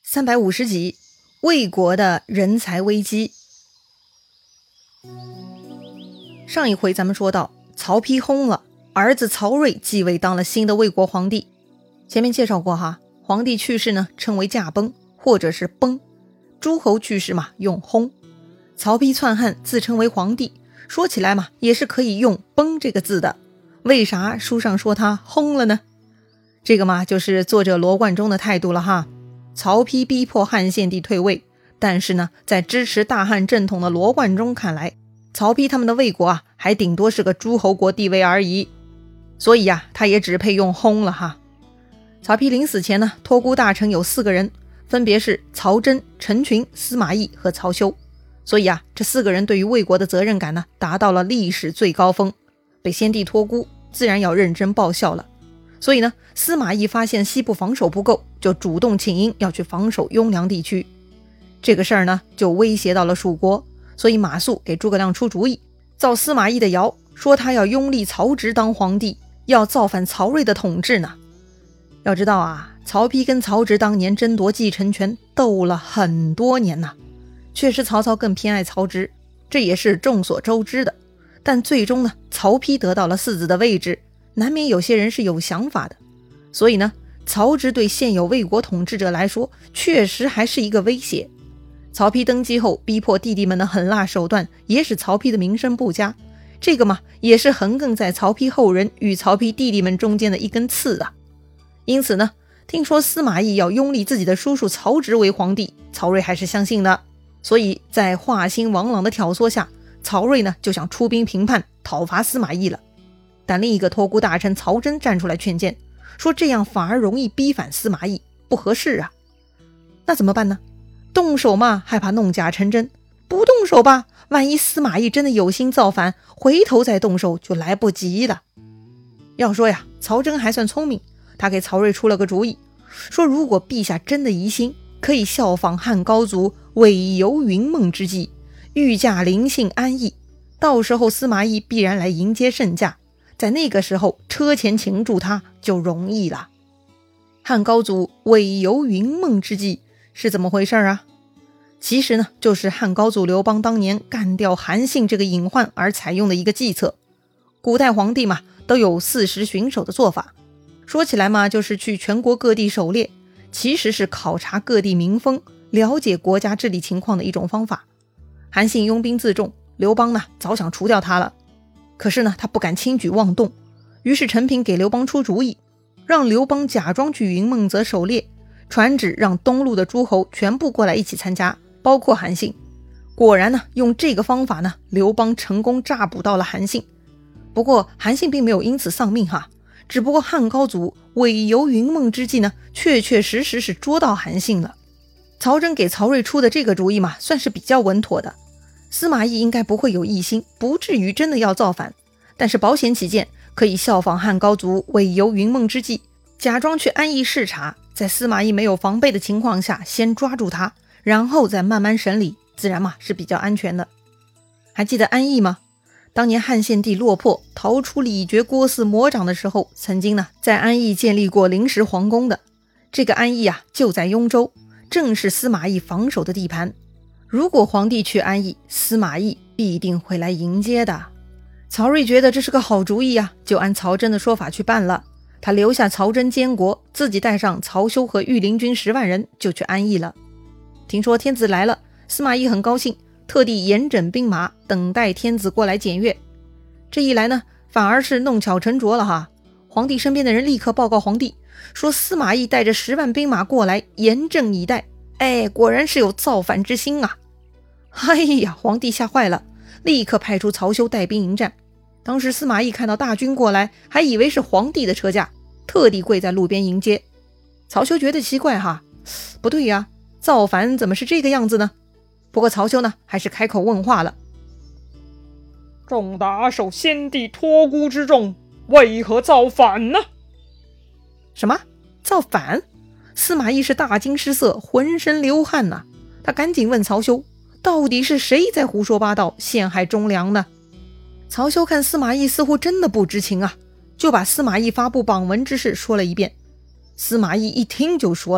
350集，魏国的人才危机。上一回咱们说到，曹丕薨了，儿子曹睿继位当了新的魏国皇帝。前面介绍过哈，皇帝去世呢称为驾崩或者是崩，诸侯去世嘛用薨。曹丕篡汉自称为皇帝，说起来嘛也是可以用崩这个字的，为啥书上说他薨了呢？这个嘛就是作者罗贯中的态度了哈。曹丕逼迫汉献帝退位，但是呢在支持大汉正统的罗贯中看来，曹丕他们的魏国啊还顶多是个诸侯国地位而已，所以啊他也只配用薨了哈。曹丕临死前呢托孤大臣有4个人，分别是曹真、陈群、司马懿和曹休，所以啊这4个人对于魏国的责任感呢达到了历史最高峰，被先帝托孤自然要认真报效了。所以呢司马懿发现西部防守不够，就主动请缨要去防守雍凉地区。这个事儿呢就威胁到了蜀国，所以马谡给诸葛亮出主意，造司马懿的谣，说他要拥立曹植当皇帝，要造反曹睿的统治呢。要知道啊，曹丕跟曹植当年争夺继承权斗了很多年呐，确实曹操更偏爱曹植，这也是众所周知的。但最终呢曹丕得到了4子的位置，难免有些人是有想法的，所以呢曹植对现有魏国统治者来说确实还是一个威胁。曹丕登基后逼迫弟弟们的狠辣手段也使曹丕的名声不佳，这个嘛也是横亘在曹丕后人与曹丕弟弟们中间的一根刺啊。因此呢听说司马懿要拥立自己的叔叔曹植为皇帝，曹睿还是相信的，所以在华歆王朗的挑唆下，曹睿呢就想出兵平叛讨伐司马懿了。但另一个托孤大臣曹真站出来劝谏，说这样反而容易逼反司马懿，不合适啊。那怎么办呢？动手嘛害怕弄假成真，不动手吧万一司马懿真的有心造反，回头再动手就来不及了。要说呀曹真还算聪明，他给曹睿出了个主意，说如果陛下真的疑心，可以效仿汉高祖尾游云梦之计，御驾临幸安邑，到时候司马懿必然来迎接圣驾，在那个时候车前擒住他就容易了。汉高祖尾游云梦之计是怎么回事啊？其实呢就是汉高祖刘邦当年干掉韩信这个隐患而采用的一个计策。古代皇帝嘛都有4时巡守的做法，说起来嘛就是去全国各地狩猎，其实是考察各地民风，了解国家治理情况的一种方法。韩信拥兵自重，刘邦呢早想除掉他了，可是呢他不敢轻举妄动，于是陈平给刘邦出主意，让刘邦假装去云梦泽狩猎，传旨让东路的诸侯全部过来一起参加，包括韩信。果然呢用这个方法呢刘邦成功诈捕到了韩信。不过韩信并没有因此丧命哈，只不过汉高祖尾游云梦之计呢确确实实是捉到韩信了。曹真给曹睿出的这个主意嘛算是比较稳妥的，司马懿应该不会有异心，不至于真的要造反，但是保险起见可以效仿汉高祖尾游云梦之计，假装去安邑视察，在司马懿没有防备的情况下先抓住他，然后再慢慢审理，自然嘛是比较安全的。还记得安邑吗？当年汉献帝落魄逃出李傕郭汜魔掌的时候，曾经呢在安邑建立过临时皇宫的。这个安邑啊就在雍州，正是司马懿防守的地盘。如果皇帝去安邑，司马懿必定会来迎接的。曹睿觉得这是个好主意啊，就按曹真的说法去办了。他留下曹真监国，自己带上曹休和御林军10万人就去安邑了。听说天子来了，司马懿很高兴，特地严整兵马，等待天子过来检阅。这一来呢反而是弄巧成拙了哈。皇帝身边的人立刻报告皇帝，说司马懿带着10万兵马过来，严阵以待。果然是有造反之心啊。皇帝吓坏了，立刻派出曹休带兵迎战。当时司马懿看到大军过来，还以为是皇帝的车驾，特地跪在路边迎接。曹休觉得奇怪哈，不对呀，造反怎么是这个样子呢？不过曹休呢还是开口问话了， 众大受先帝托孤之重，为何造反呢？ 什么造反？司马懿是大惊失色，浑身流汗呐。他赶紧问曹休，到底是谁在胡说八道，陷害忠良呢？曹休看司马懿似乎真的不知情啊，就把司马懿发布榜文之事说了一遍。司马懿一听就说了，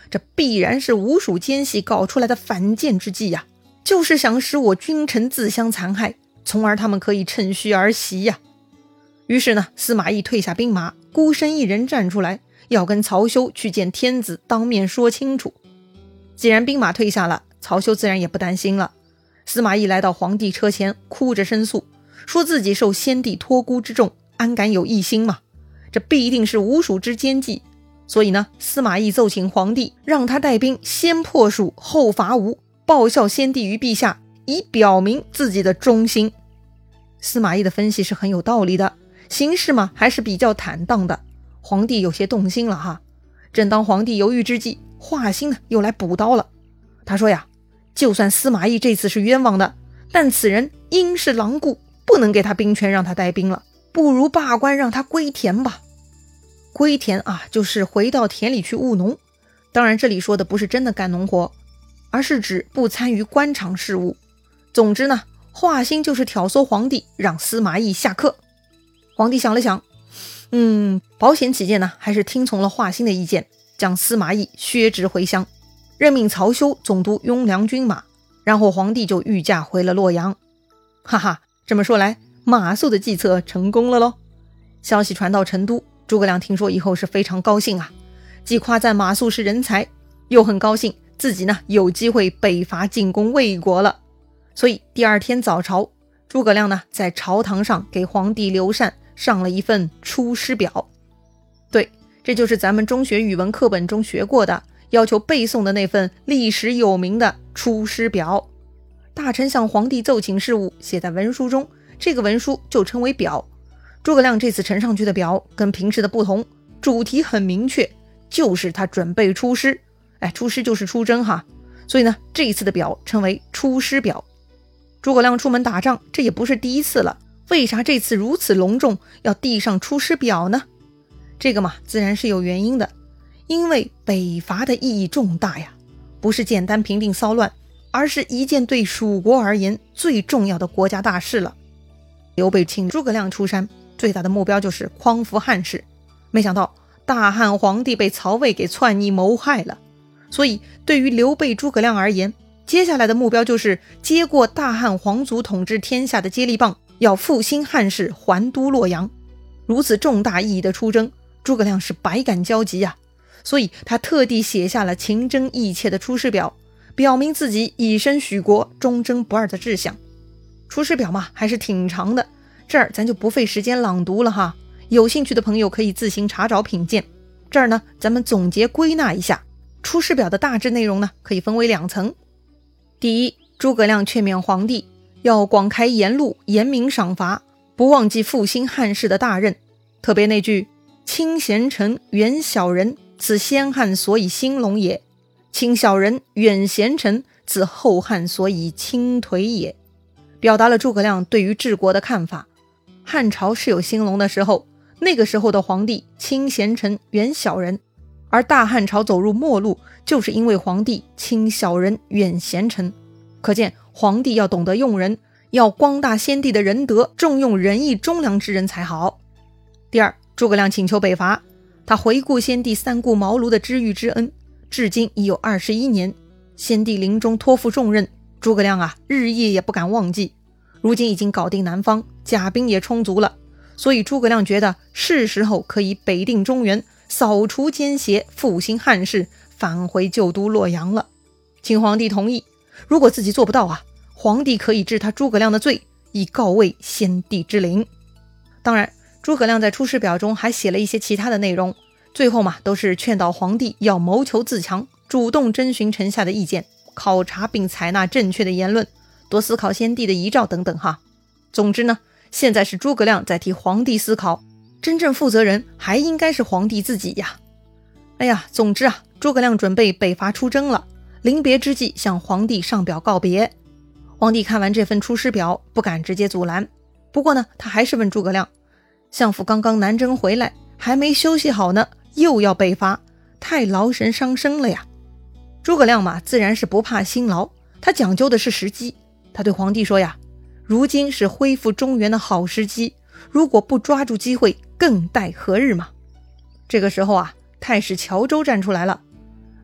这必然是吴蜀奸细搞出来的反间之计呀，就是想使我君臣自相残害，从而他们可以趁虚而袭呀。于是呢，司马懿退下兵马，孤身一人站出来，要跟曹休去见天子，当面说清楚。既然兵马退下了，曹休自然也不担心了。司马懿来到皇帝车前，哭着申诉，说自己受先帝托孤之重，安敢有异心嘛？这必定是吴蜀之奸计。所以呢，司马懿奏请皇帝，让他带兵先破蜀，后伐吴，报效先帝于陛下，以表明自己的忠心。司马懿的分析是很有道理的，形势嘛还是比较坦荡的。皇帝有些动心了哈。正当皇帝犹豫之际，华歆呢又来补刀了。他说呀，就算司马懿这次是冤枉的，但此人因是狼顾，不能给他兵权让他带兵了，不如罢官让他归田吧。归田啊，就是回到田里去务农。当然这里说的不是真的干农活，而是指不参与官场事务。总之呢，华歆就是挑唆皇帝让司马懿下课。皇帝想了想，保险起见呢，还是听从了华歆的意见，将司马懿削职回乡，任命曹休总督雍凉军马，然后皇帝就御驾回了洛阳。哈哈，这么说来，马谡的计策成功了咯。消息传到成都，诸葛亮听说以后是非常高兴啊，既夸赞马谡是人才，又很高兴自己呢有机会北伐进攻魏国了。所以第二天早朝，诸葛亮呢在朝堂上给皇帝刘禅上了一份出师表。对，这就是咱们中学语文课本中学过的，要求背诵的那份历史有名的出师表。大臣向皇帝奏请事务，写在文书中，这个文书就称为表。诸葛亮这次呈上去的表跟平时的不同，主题很明确，就是他准备出师。出师就是出征哈，所以呢，这一次的表称为出师表。诸葛亮出门打仗，这也不是第一次了，为啥这次如此隆重，要递上出师表呢？这个嘛，自然是有原因的，因为北伐的意义重大呀，不是简单平定骚乱，而是一件对蜀国而言最重要的国家大事了。刘备请诸葛亮出山，最大的目标就是匡扶汉室，没想到大汉皇帝被曹魏给篡逆谋害了，所以对于刘备诸葛亮而言，接下来的目标就是接过大汉皇族统治天下的接力棒，要复兴汉室，还都洛阳。如此重大意义的出征，诸葛亮是百感交集啊，所以他特地写下了情真意切的出师表，表明自己以身许国，忠贞不二的志向。出师表嘛，还是挺长的，这儿咱就不费时间朗读了哈，有兴趣的朋友可以自行查找品鉴。这儿呢，咱们总结归纳一下，出师表的大致内容呢，可以分为2层。第一，诸葛亮劝勉皇帝要广开言路，严明赏罚，不忘记复兴汉室的大任。特别那句轻贤臣，远小人，此先汉所以兴隆也；轻小人，远贤臣，此后汉所以倾颓也。表达了诸葛亮对于治国的看法。汉朝是有兴隆的时候，那个时候的皇帝轻贤臣，远小人，而大汉朝走入末路，就是因为皇帝轻小人，远贤臣。可见皇帝要懂得用人，要光大先帝的仁德，重用仁义忠良之人才好。第二，诸葛亮请求北伐，他回顾先帝三顾茅庐的知遇之恩，至今已有21年，先帝临终托付重任，诸葛亮日夜也不敢忘记。如今已经搞定南方，甲兵也充足了，所以诸葛亮觉得是时候可以北定中原，扫除奸邪，复兴汉室，返回旧都洛阳了。请皇帝同意，如果自己做不到皇帝可以治他诸葛亮的罪，以告慰先帝之灵。当然，诸葛亮在出师表中还写了一些其他的内容，最后都是劝导皇帝要谋求自强，主动征询臣下的意见，考察并采纳正确的言论，多思考先帝的遗诏等等哈。总之呢，现在是诸葛亮在替皇帝思考，真正负责人还应该是皇帝自己呀。总之诸葛亮准备北伐出征了，临别之际向皇帝上表告别。皇帝看完这份出师表，不敢直接阻拦，不过呢，他还是问诸葛亮，相父刚刚南征回来，还没休息好呢，又要北伐，太劳神伤身了呀。诸葛亮自然是不怕辛劳，他讲究的是时机。他对皇帝说如今是恢复中原的好时机，如果不抓住机会，更待何日嘛。这个时候太史乔州站出来了。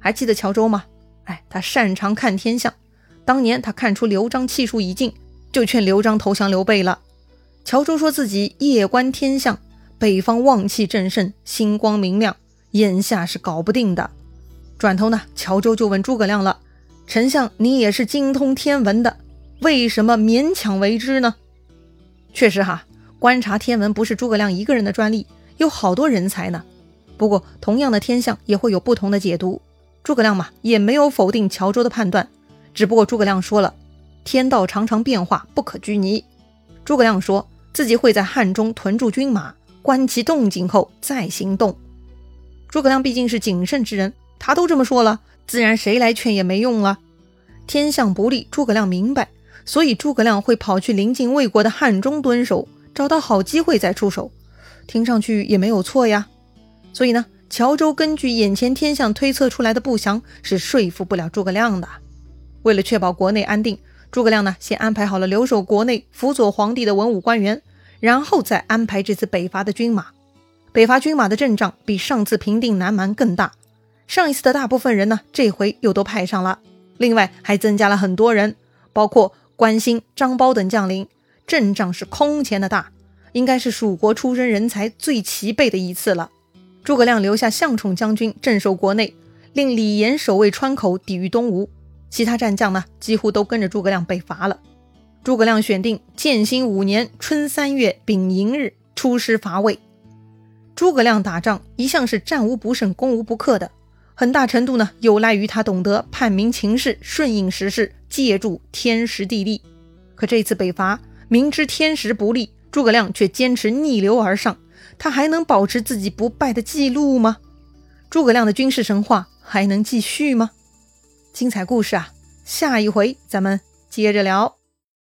还记得乔州吗？他擅长看天象，当年他看出刘璋气数已尽，就劝刘璋投降刘备了。乔州说自己夜观天象，北方旺气正盛，星光明亮，眼下是搞不定的。转头呢，乔州就问诸葛亮了，丞相你也是精通天文的，为什么勉强为之呢？确实观察天文不是诸葛亮一个人的专利，有好多人才呢。不过同样的天象也会有不同的解读，诸葛亮也没有否定乔州的判断，只不过诸葛亮说了，天道常常变化，不可拘泥。诸葛亮说自己会在汉中屯驻军马，观其动静后再行动。诸葛亮毕竟是谨慎之人，他都这么说了，自然谁来劝也没用了。天象不利，诸葛亮明白，所以诸葛亮会跑去临近魏国的汉中蹲守，找到好机会再出手，听上去也没有错呀。所以呢，乔州根据眼前天象推测出来的不详是说服不了诸葛亮的。为了确保国内安定，诸葛亮呢先安排好了留守国内辅佐皇帝的文武官员，然后再安排这次北伐的军马。北伐军马的阵仗比上次平定南蛮更大，上一次的大部分人呢，这回又都派上了，另外还增加了很多人，包括关兴、张苞等将领，阵仗是空前的大，应该是蜀国出身人才最齐备的一次了。诸葛亮留下项宠将军镇守国内，令李严守卫川口抵御东吴，其他战将呢几乎都跟着诸葛亮北伐了。诸葛亮选定建兴5年春3月丙寅日出师伐魏。诸葛亮打仗一向是战无不胜，攻无不克的，很大程度呢有赖于他懂得判明情势，顺应时势，借助天时地利。可这次北伐明知天时不利，诸葛亮却坚持逆流而上，他还能保持自己不败的记录吗？诸葛亮的军事神话还能继续吗？精彩故事下一回咱们接着聊。